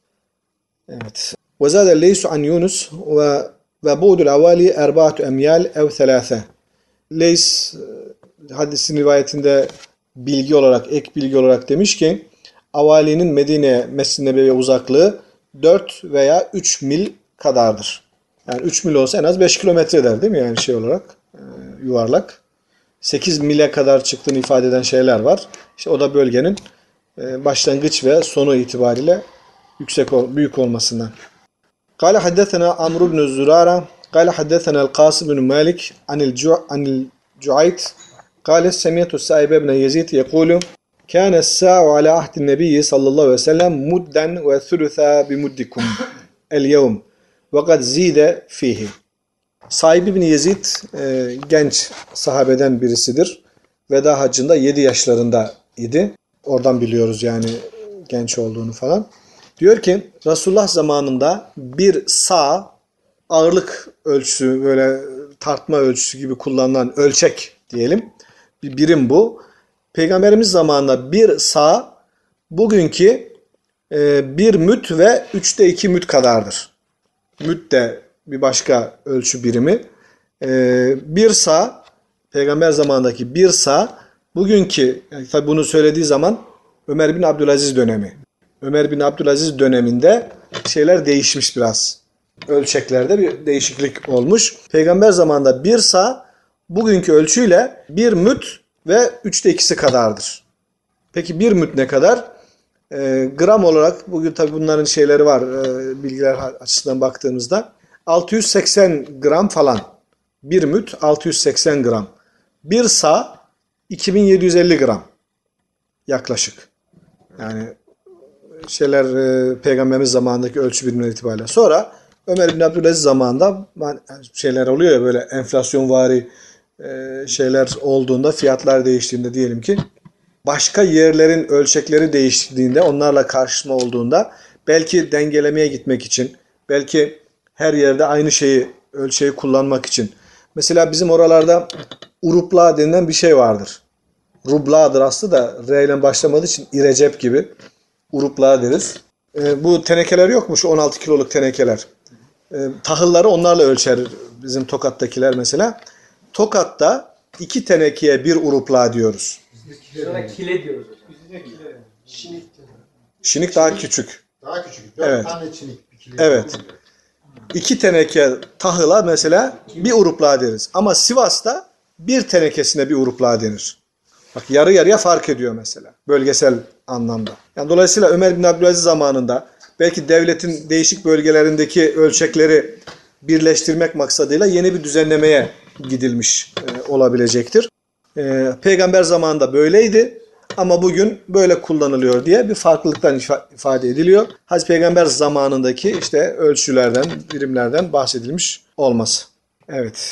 Evet. وَزَادَ اللَّيْسُ عَنْ يُونُسْ وَبُعْدُ الْعَوَالِي اَرْبَعَةُ اَمْيَالِ اَوْ ثَلَاثَ. Leys hadisin rivayetinde bilgi olarak, ek bilgi olarak demiş ki avalinin Medine Mescid-i Nebevi'ye uzaklığı 4 veya 3 mil kadardır. Yani 3 mil olsa en az 5 kilometre eder değil mi? Yani şey olarak yuvarlak. 8 mile kadar çıktığını ifade eden şeyler var. İşte o da bölgenin başlangıç ve sonu itibariyle büyük olmasından. Kale haddethena Amr ibn Zurara kale haddethena el-Qasim ibn Malik anil Cuayt kale semiyatu Sa'ib ibn Yezid yekulu kâne s-sâ'u alâ ahdin nebiyyi sallallahu aleyhi ve sellem mudden ve thulutha bimuddikum el-yevm ve kad zîde fihi. Sa'ib ibn Yezid genç sahabeden birisidir. Veda hacında 7 yaşlarında idi. Oradan biliyoruz yani genç olduğunu falan. Diyor ki Resulullah zamanında bir sağ ağırlık ölçüsü böyle tartma ölçüsü gibi kullanılan ölçek diyelim. Bir birim bu. Peygamberimiz zamanında bir sağ bugünkü bir müt ve 3'te 2 müt kadardır. Müt de bir başka ölçü birimi. Bir sağ Peygamber zamanındaki bir sağ bugünkü yani tabi bunu söylediği zaman Ömer bin Abdülaziz dönemi. Ömer bin Abdülaziz döneminde şeyler değişmiş biraz. Ölçeklerde bir değişiklik olmuş. Peygamber zamanında bir sağ bugünkü ölçüyle bir müt ve 3'te 2'si kadardır. Peki bir müt ne kadar? Gram olarak bugün tabi bunların şeyleri var bilgiler açısından baktığımızda 680 gram falan. Bir müt 680 gram. Bir sağ 2750 gram yaklaşık. Yani şeyler Peygamberimiz zamanındaki ölçü birimleri itibariyle. Sonra Ömer bin Abdülaziz zamanında şeyler oluyor ya böyle enflasyonvari şeyler olduğunda fiyatlar değiştiğinde diyelim ki başka yerlerin ölçekleri değiştiğinde onlarla karşılaşma olduğunda belki dengelemeye gitmek için belki her yerde aynı ölçeği kullanmak için. Mesela bizim oralarda urupla denilen bir şey vardır. Rubla'dır aslında da R ile başlamadığı için İrecep gibi urupla deriz. Bu tenekeler yokmuş 16 kiloluk tenekeler. Tahılları onlarla ölçer bizim Tokat'takiler mesela. Tokat'ta 2 tenekeye 1 urupla diyoruz. Sonra kile diyoruz hocam. Bizde kile. Şinik. Şinik daha küçük. Daha küçük. 4 Evet. tane çinik. Bir kilo. Evet. 2 teneke tahıla mesela bir urupla deriz. Ama Sivas'ta 1 tenekesine bir urupla denir. Bak yarı yarıya fark ediyor mesela. Bölgesel anlamda. Yani dolayısıyla Ömer bin Abdülaziz zamanında belki devletin değişik bölgelerindeki ölçekleri birleştirmek maksadıyla yeni bir düzenlemeye gidilmiş olabilecektir. Peygamber zamanında böyleydi ama bugün böyle kullanılıyor diye bir farklılıktan ifade ediliyor. Hazreti Peygamber zamanındaki işte ölçülerden, birimlerden bahsedilmiş olması. Evet.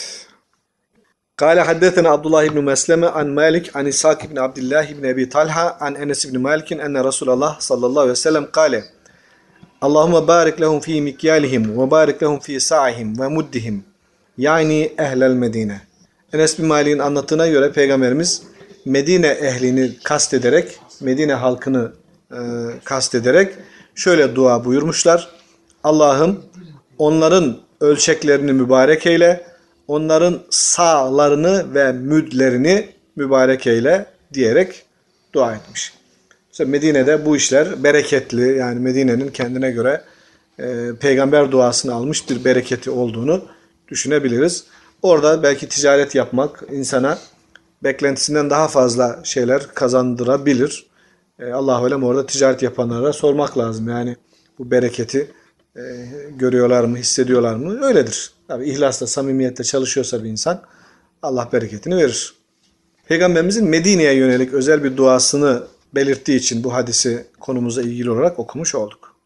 Kâle haddetena Abdullah ibn Mesleme an Malik an İshak ibn Abdullah ibn Ebi Talha an Enes ibn Malik'in enne Resulullah sallallahu aleyhi ve sellem kâle Allahümme barik lehum fi mikyalihim ve barik lehum fi sa'ihim ve muddihim yani ehlel Medine. Enes bin Malik'in anlattığına göre Peygamberimiz Medine ehlini kastederek, Medine halkını kastederek şöyle dua buyurmuşlar. Allah'ım onların ölçeklerini mübarek eyle, onların sağlarını ve müdlerini mübarek eyle diyerek dua etmiş. İşte Medine'de bu işler bereketli, yani Medine'nin kendine göre peygamber duasını almış bir bereketi olduğunu düşünebiliriz. Orada belki ticaret yapmak insana beklentisinden daha fazla şeyler kazandırabilir. Allah-u Alem orada ticaret yapanlara sormak lazım. Yani bu bereketi görüyorlar mı, hissediyorlar mı? Öyledir. Tabii ihlasla, samimiyetle çalışıyorsa bir insan Allah bereketini verir. Peygamberimizin Medine'ye yönelik özel bir duasını belirttiği için bu hadisi konumuza ilgili olarak okumuş olduk.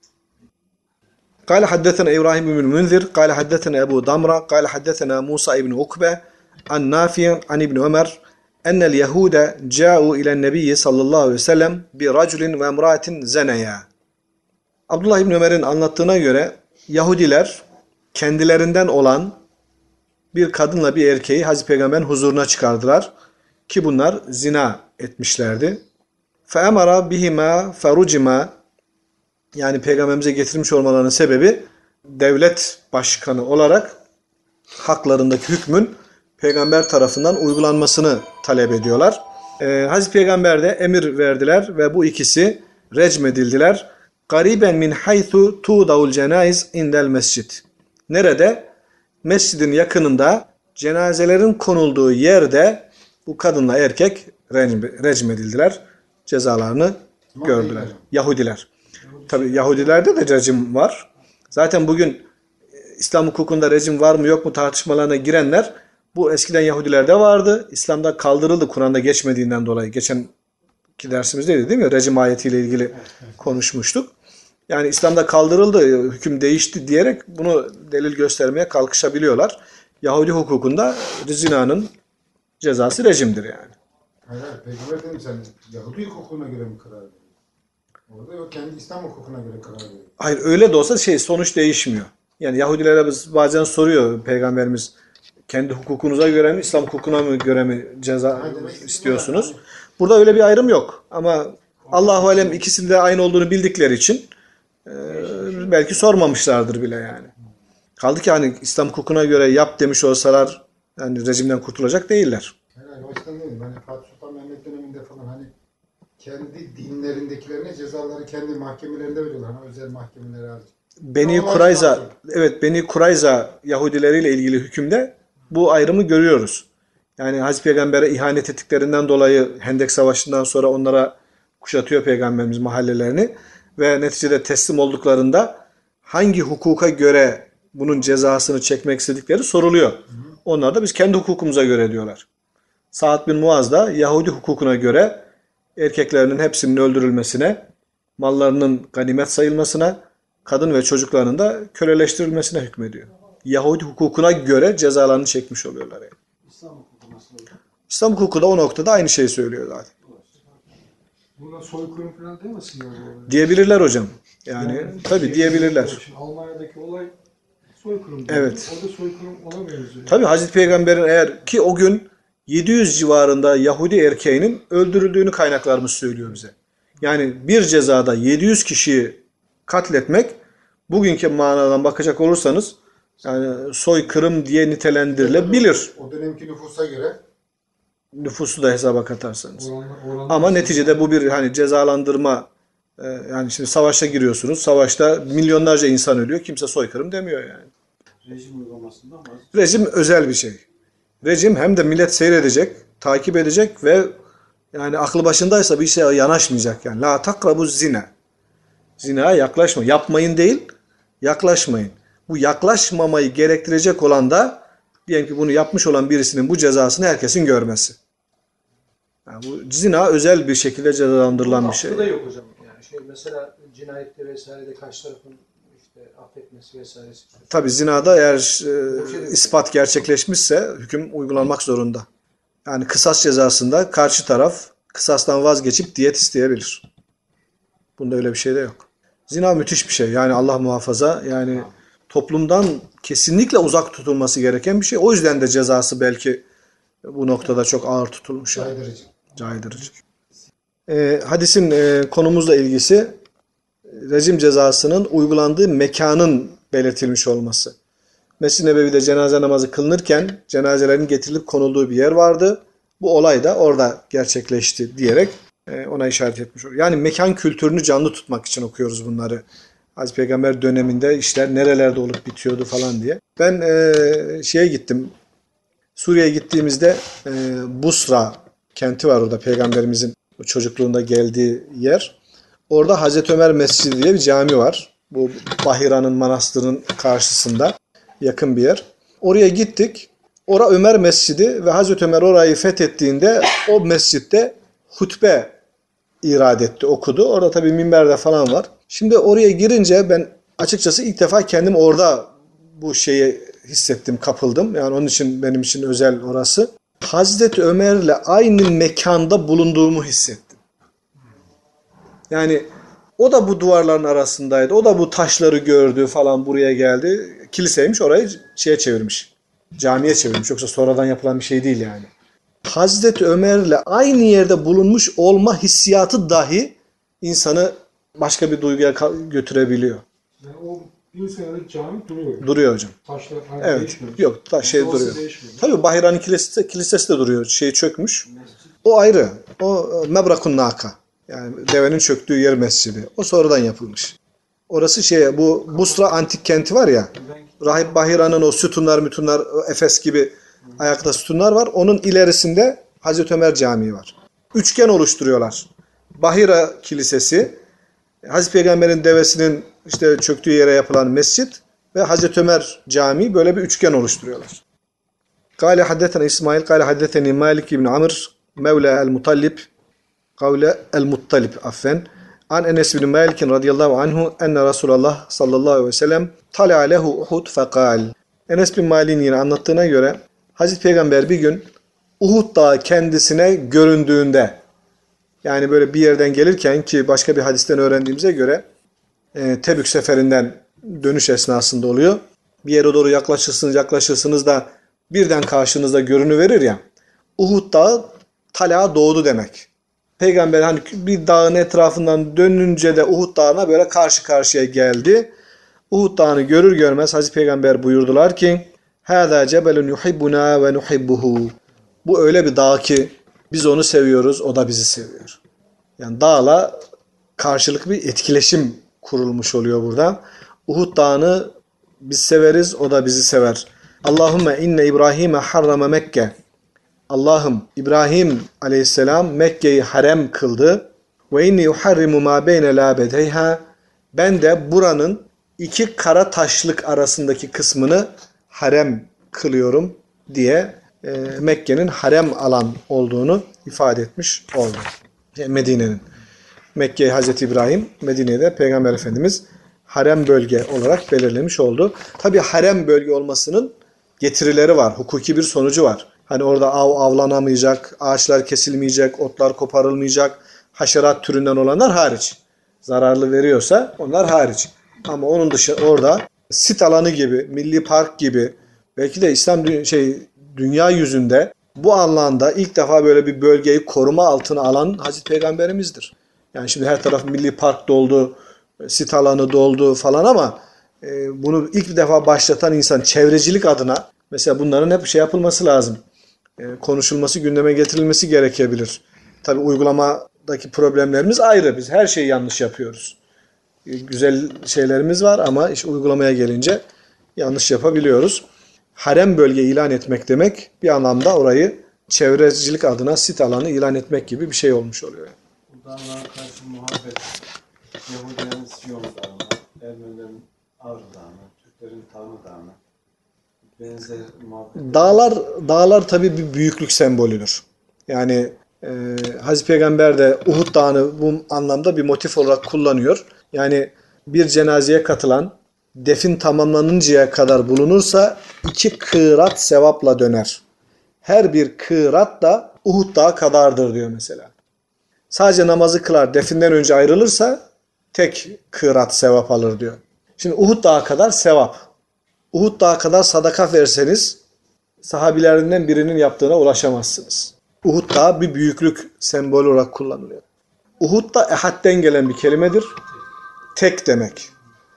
قال حدثنا إبراهيم بن المنذر قال حدثنا أبو ضمرة قال حدثنا موسى بن عقبة عن نافع عن ابن عمر أن اليهود جاءوا إلى النبي صلى الله عليه وسلم برجل وامرأة زنيا. Abdullah İbni Ömer'in anlattığına göre Yahudiler kendilerinden olan bir kadınla bir erkeği Hazreti Peygamber'in huzuruna çıkardılar ki bunlar zina etmişlerdi. فَاَمَرَ بِهِمَا فَرُجِمَا, yani Peygamberimize getirmiş olmalarının sebebi devlet başkanı olarak haklarındaki hükmün Peygamber tarafından uygulanmasını talep ediyorlar. Hazreti Peygamber de emir verdiler ve bu ikisi recmedildiler. Gariben min haythu tuğdaul cenaiz indel mescid. Nerede? Mescidin yakınında cenazelerin konulduğu yerde bu kadınla erkek recmedildiler. Cezalarını gördüler. Yahudiler. Tabi Yahudilerde de rejim var. Zaten bugün İslam hukukunda rejim var mı yok mu tartışmalarına girenler, bu eskiden Yahudilerde vardı. İslam'da kaldırıldı Kur'an'da geçmediğinden dolayı. Geçenki dersimizdeydi değil mi? Rejim ayetiyle ilgili konuşmuştuk. Yani İslam'da kaldırıldı, hüküm değişti diyerek bunu delil göstermeye kalkışabiliyorlar. Yahudi hukukunda zinanın cezası rejimdir yani. Hayır, Peygamber dedim sen Yahudi hukukuna göre mi karar veriyor? Orada yok, kendi İslam hukukuna göre karar veriyor. Hayır, öyle de olsa sonuç değişmiyor. Yani Yahudilere biz bazen soruyor Peygamberimiz, kendi hukukunuza göre mi, İslam hukukuna mı göre mi ceza istiyorsunuz? Burada öyle bir ayrım yok. Ama Allah-u Alem ikisinin de aynı olduğunu bildikleri için belki sormamışlardır bile yani. Kaldı ki hani İslam hukukuna göre yap demiş olsalar yani rejimden kurtulacak değiller. Herhalde o yüzden değil. Hani Fatih Sultan Mehmet döneminde falan hani kendi dinlerindekilerine cezaları kendi mahkemelerinde veriyorlar. Hani özel mahkemelere hariç. Beni Kurayza Yahudileriyle ilgili hükümde bu ayrımı görüyoruz. Yani Hazreti Peygamber'e ihanet ettiklerinden dolayı Hendek Savaşı'ndan sonra onlara kuşatıyor Peygamberimiz mahallelerini ve neticede teslim olduklarında hangi hukuka göre bunun cezasını çekmek istedikleri soruluyor. Onlar da biz kendi hukukumuza göre diyorlar. Sa'd bin Muaz da Yahudi hukukuna göre erkeklerinin hepsinin öldürülmesine, mallarının ganimet sayılmasına, kadın ve çocuklarının da köleleştirilmesine hükmediyor. Yahudi hukukuna göre cezalarını çekmiş oluyorlar yani. İslam hukuku nasıl olur? İslam hukuku da o noktada aynı şeyi söylüyor zaten. Buna soykırım falan demesin ya. Diyebilirler hocam. Yani tabii diyebilirler. Şimdi Almanya'daki olay soykırım. Evet. O da soykırım ona benziyor. Tabii Hazreti Peygamber'in eğer ki o gün 700 civarında Yahudi erkeğinin öldürüldüğünü kaynaklarımız söylüyor bize. Yani bir cezada 700 kişiyi katletmek bugünkü manadan bakacak olursanız yani soykırım diye nitelendirilebilir. O dönemki nüfusa göre Nüfusu da hesaba katarsanız. Oranlar Ama neticede bu bir hani cezalandırma, yani şimdi savaşa giriyorsunuz. Savaşta milyonlarca insan ölüyor. Kimse soykırım demiyor yani. Rejim uygulamasında ama Rejim özel bir şey. Rejim hem de millet seyredecek, takip edecek ve yani aklı başındaysa bir şeye yanaşmayacak yani. La takrabu zina. Zinaya yaklaşma. Yapmayın değil, yaklaşmayın. Bu yaklaşmamayı gerektirecek olan da diyelim ki bunu yapmış olan birisinin bu cezasını herkesin görmesi. Yani bu zina özel bir şekilde cezalandırılan bir şey. Affı da yok hocam. Yani mesela cinayette vesairede karşı tarafın işte affetmesi vesairesi. Tabii zinada eğer ispat gerçekleşmişse hüküm uygulanmak zorunda. Yani kısas cezasında karşı taraf kısastan vazgeçip diyet isteyebilir. Bunda öyle bir şey de yok. Zina müthiş bir şey. Yani Allah muhafaza, yani toplumdan kesinlikle uzak tutulması gereken bir şey. O yüzden de cezası belki bu noktada çok ağır tutulmuş. Yani. caydırıcı. caydırıcı. Hadisin konumuzla ilgisi rejim cezasının uygulandığı mekanın belirtilmiş olması. Mescid-i Nebevi'de cenaze namazı kılınırken cenazelerin getirilip konulduğu bir yer vardı. Bu olay da orada gerçekleşti diyerek ona işaret etmiş oluyor. Yani mekan kültürünü canlı tutmak için okuyoruz bunları. Hazreti Peygamber döneminde işler nerelerde olup bitiyordu falan diye. Ben gittim. Suriye'ye gittiğimizde Busra kenti var orada, Peygamberimizin çocukluğunda geldiği yer. Orada Hazreti Ömer Mescidi diye bir cami var. Bu Bahira'nın manastırının karşısında yakın bir yer. Oraya gittik. Ora Ömer Mescidi ve Hazreti Ömer orayı fethettiğinde o mescitte hutbe irad etti, okudu. Orada tabii minberde falan var. Şimdi oraya girince ben açıkçası ilk defa kendim orada bu şeyi hissettim, kapıldım. Yani onun için benim için özel orası. Hazreti Ömer'le aynı mekanda bulunduğumu hissettim. Yani o da bu duvarların arasındaydı. O da bu taşları gördü falan, buraya geldi. Kiliseymiş, orayı çevirmiş. Camiye çevirmiş. Yoksa sonradan yapılan bir şey değil yani. Hazreti Ömer'le aynı yerde bulunmuş olma hissiyatı dahi insanı başka bir duyguya götürebiliyor. Yani o bir senelik cami duruyor. Duruyor hocam. Taşlar Evet. değişmiyor. Yok, duruyor. Değişmiyor. Tabii Bahira'nın kilisesi de duruyor. Çökmüş. O ayrı. O Mebrakun Naka. Yani devenin çöktüğü yer mescidi. O sonradan yapılmış. Orası bu Busra antik kenti var ya. Rahip Bahira'nın o sütunlar, Efes gibi ayakta sütunlar var. Onun ilerisinde Hazreti Ömer Camii var. Üçgen oluşturuyorlar. Bahira Kilisesi, Hazreti Peygamber'in devesinin çöktüğü yere yapılan mescit ve Hazreti Ömer Camii, böyle bir üçgen oluşturuyorlar. Kâle haddetena İsmail, kâle haddeteni Malik ibn Amr, Mevla el-Muttalib, kavle el-Muttalib affen. An Enes bin Malik radıyallahu anhu enne Resulullah sallallahu aleyhi ve sellem tala lehu Uhud fekal. Enes bin Malik'in yine anlattığına göre Hazreti Peygamber bir gün Uhud Dağı kendisine göründüğünde, yani böyle bir yerden gelirken, ki başka bir hadisten öğrendiğimize göre Tebük seferinden dönüş esnasında oluyor. Bir yere doğru yaklaşırsınız da birden karşınızda görünüverir ya. Uhud Dağı tala doğdu demek. Peygamber hani bir dağın etrafından dönünce de Uhud Dağı'na böyle karşı karşıya geldi. Uhud Dağı'nı görür görmez Hazreti Peygamber buyurdular ki: "Hâzâ cebelun yuhibbuna ve nuhibbuhu." Bu öyle bir dağ ki biz onu seviyoruz, o da bizi seviyor. Yani dağla karşılıklı bir etkileşim kurulmuş oluyor burada. Uhud Dağı'nı biz severiz, o da bizi sever. Allahümme inne İbrahim'e harrama Mekke. Allah'ım, İbrahim aleyhisselam Mekke'yi harem kıldı. Ve inni yuharrimu ma beyne labedeyha. Ben de buranın iki kara taşlık arasındaki kısmını harem kılıyorum diye Mekke'nin harem alan olduğunu ifade etmiş oldu. Medine'nin. Mekke'yi Hazreti İbrahim, Medine'de Peygamber Efendimiz harem bölge olarak belirlemiş oldu. Tabi harem bölge olmasının getirileri var. Hukuki bir sonucu var. Hani orada avlanamayacak, ağaçlar kesilmeyecek, otlar koparılmayacak, haşerat türünden olanlar hariç. Zararlı veriyorsa onlar hariç. Ama onun dışı orada sit alanı gibi, milli park gibi, belki de İslam dünya yüzünde bu alanda ilk defa böyle bir bölgeyi koruma altına alan Hazreti Peygamberimizdir. Yani şimdi her taraf milli park doldu, sit alanı doldu falan ama bunu ilk defa başlatan insan, çevrecilik adına mesela bunların hep yapılması lazım. Konuşulması, gündeme getirilmesi gerekebilir. Tabii uygulamadaki problemlerimiz ayrı. Biz her şeyi yanlış yapıyoruz. Güzel şeylerimiz var ama uygulamaya gelince yanlış yapabiliyoruz. Harem bölge ilan etmek demek bir anlamda orayı çevrecilik adına sit alanı ilan etmek gibi bir şey olmuş oluyor. Bu dağlara karşı muhabbet, Yahudilerin Siyon Dağı'na, Ermenilerin Ağrı Dağı'na, Türklerin Tanrı Dağı'na benzer muhabbet. Dağlar tabii bir büyüklük sembolüdür. Yani Hazreti Peygamber de Uhud Dağı'nı bu anlamda bir motif olarak kullanıyor. Yani bir cenazeye katılan defin tamamlanıncaya kadar bulunursa 2 kırat sevapla döner. Her bir kırat da Uhud Dağı kadardır diyor mesela. Sadece namazı kılar, definden önce ayrılırsa tek kırat sevap alır diyor. Şimdi Uhud Dağı kadar sevap. Uhud Dağı kadar sadaka verseniz sahabilerinden birinin yaptığına ulaşamazsınız. Uhud Dağı bir büyüklük sembolü olarak kullanılıyor. Uhud da ehadden gelen bir kelimedir. Tek demek.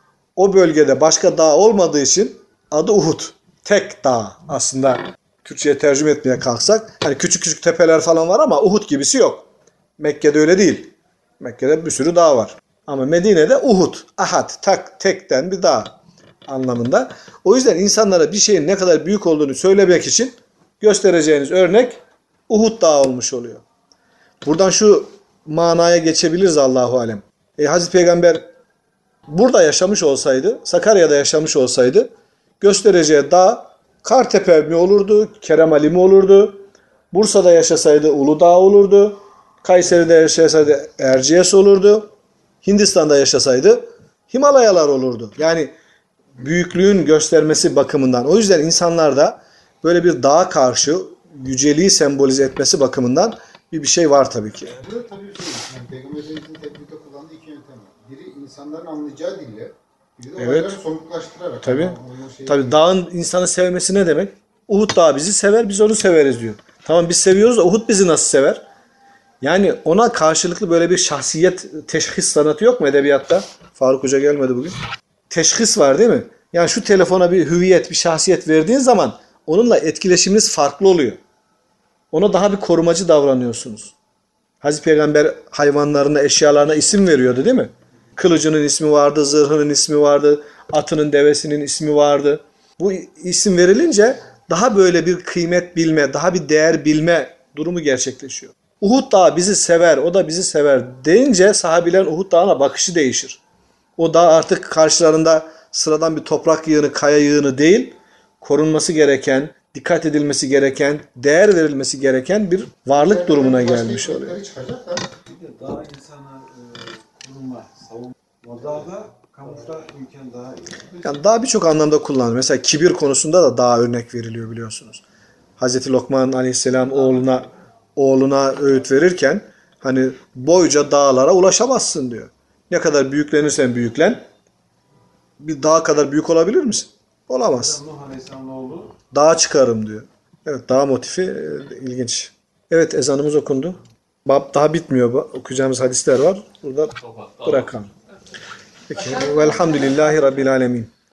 O bölgede başka dağ olmadığı için adı Uhud. Tek dağ aslında. Türkçe'ye tercüme etmeye kalksak. Hani küçük küçük tepeler falan var ama Uhud gibisi yok. Mekke'de öyle değil. Mekke'de bir sürü dağ var. Ama Medine'de Uhud, ahad, tekten bir dağ anlamında. O yüzden insanlara bir şeyin ne kadar büyük olduğunu söylemek için göstereceğiniz örnek Uhud Dağı olmuş oluyor. Buradan şu manaya geçebiliriz Allahu alem. Hazreti Peygamber burada yaşamış olsaydı, Sakarya'da yaşamış olsaydı göstereceği dağ Kartepe mi olurdu, Kerem Ali mi olurdu? Bursa'da yaşasaydı Uludağ olurdu. Kayseri'de yaşasaydı Erciyes olurdu. Hindistan'da yaşasaydı Himalayalar olurdu. Yani büyüklüğün göstermesi bakımından. O yüzden insanlarda böyle bir dağa karşı yüceliği sembolize etmesi bakımından bir şey var tabii ki. Burada tabii yani Peygamber Efendimiz'in tebliğde kullandığı iki yöntem var. Biri insanların anlayacağı dille, biri de Evet. olayları somutlaştırarak. Tabii. Yani onun şeyi- Tabii dağın insanı sevmesi ne demek? Uhud Dağı bizi sever, biz onu severiz diyor. Tamam biz seviyoruz da Uhud bizi nasıl sever? Yani ona karşılıklı böyle bir şahsiyet teşhis sanatı yok mu edebiyatta? Faruk Hoca gelmedi bugün. Teşhis var değil mi? Yani şu telefona bir hüviyet, bir şahsiyet verdiğin zaman onunla etkileşiminiz farklı oluyor. Ona daha bir korumacı davranıyorsunuz. Hazreti Peygamber hayvanlarına, eşyalarına isim veriyordu değil mi? Kılıcının ismi vardı, zırhının ismi vardı, atının, devesinin ismi vardı. Bu isim verilince daha böyle bir kıymet bilme, daha bir değer bilme durumu gerçekleşiyor. Uhud Dağı bizi sever, o da bizi sever deyince sahabilerin Uhud Dağı'na bakışı değişir. O dağ artık karşılarında sıradan bir toprak yığını, kaya yığını değil, korunması gereken, dikkat edilmesi gereken, değer verilmesi gereken bir varlık durumuna Başka gelmiş oluyor. hikmetleri çıkacak da Bir de daha insana korunma, savunma, dağda kamufla imkan daha iyi. Yani daha birçok anlamda kullanılır. Mesela kibir konusunda da daha örnek veriliyor biliyorsunuz. Hazreti Lokman Aleyhisselam oğluna öğüt verirken hani boyca dağlara ulaşamazsın diyor. Ne kadar büyüklenirsen büyüklen bir dağ kadar büyük olabilir misin? Olamazsın. Nuh Aleyhisselam'ın oğlu Dağa çıkarım diyor. Evet dağ motifi ilginç. Evet ezanımız okundu. Bab daha bitmiyor. Okuyacağımız hadisler var. Burada bırakalım. Peki. Velhamdülillahi Rabbil Alemin.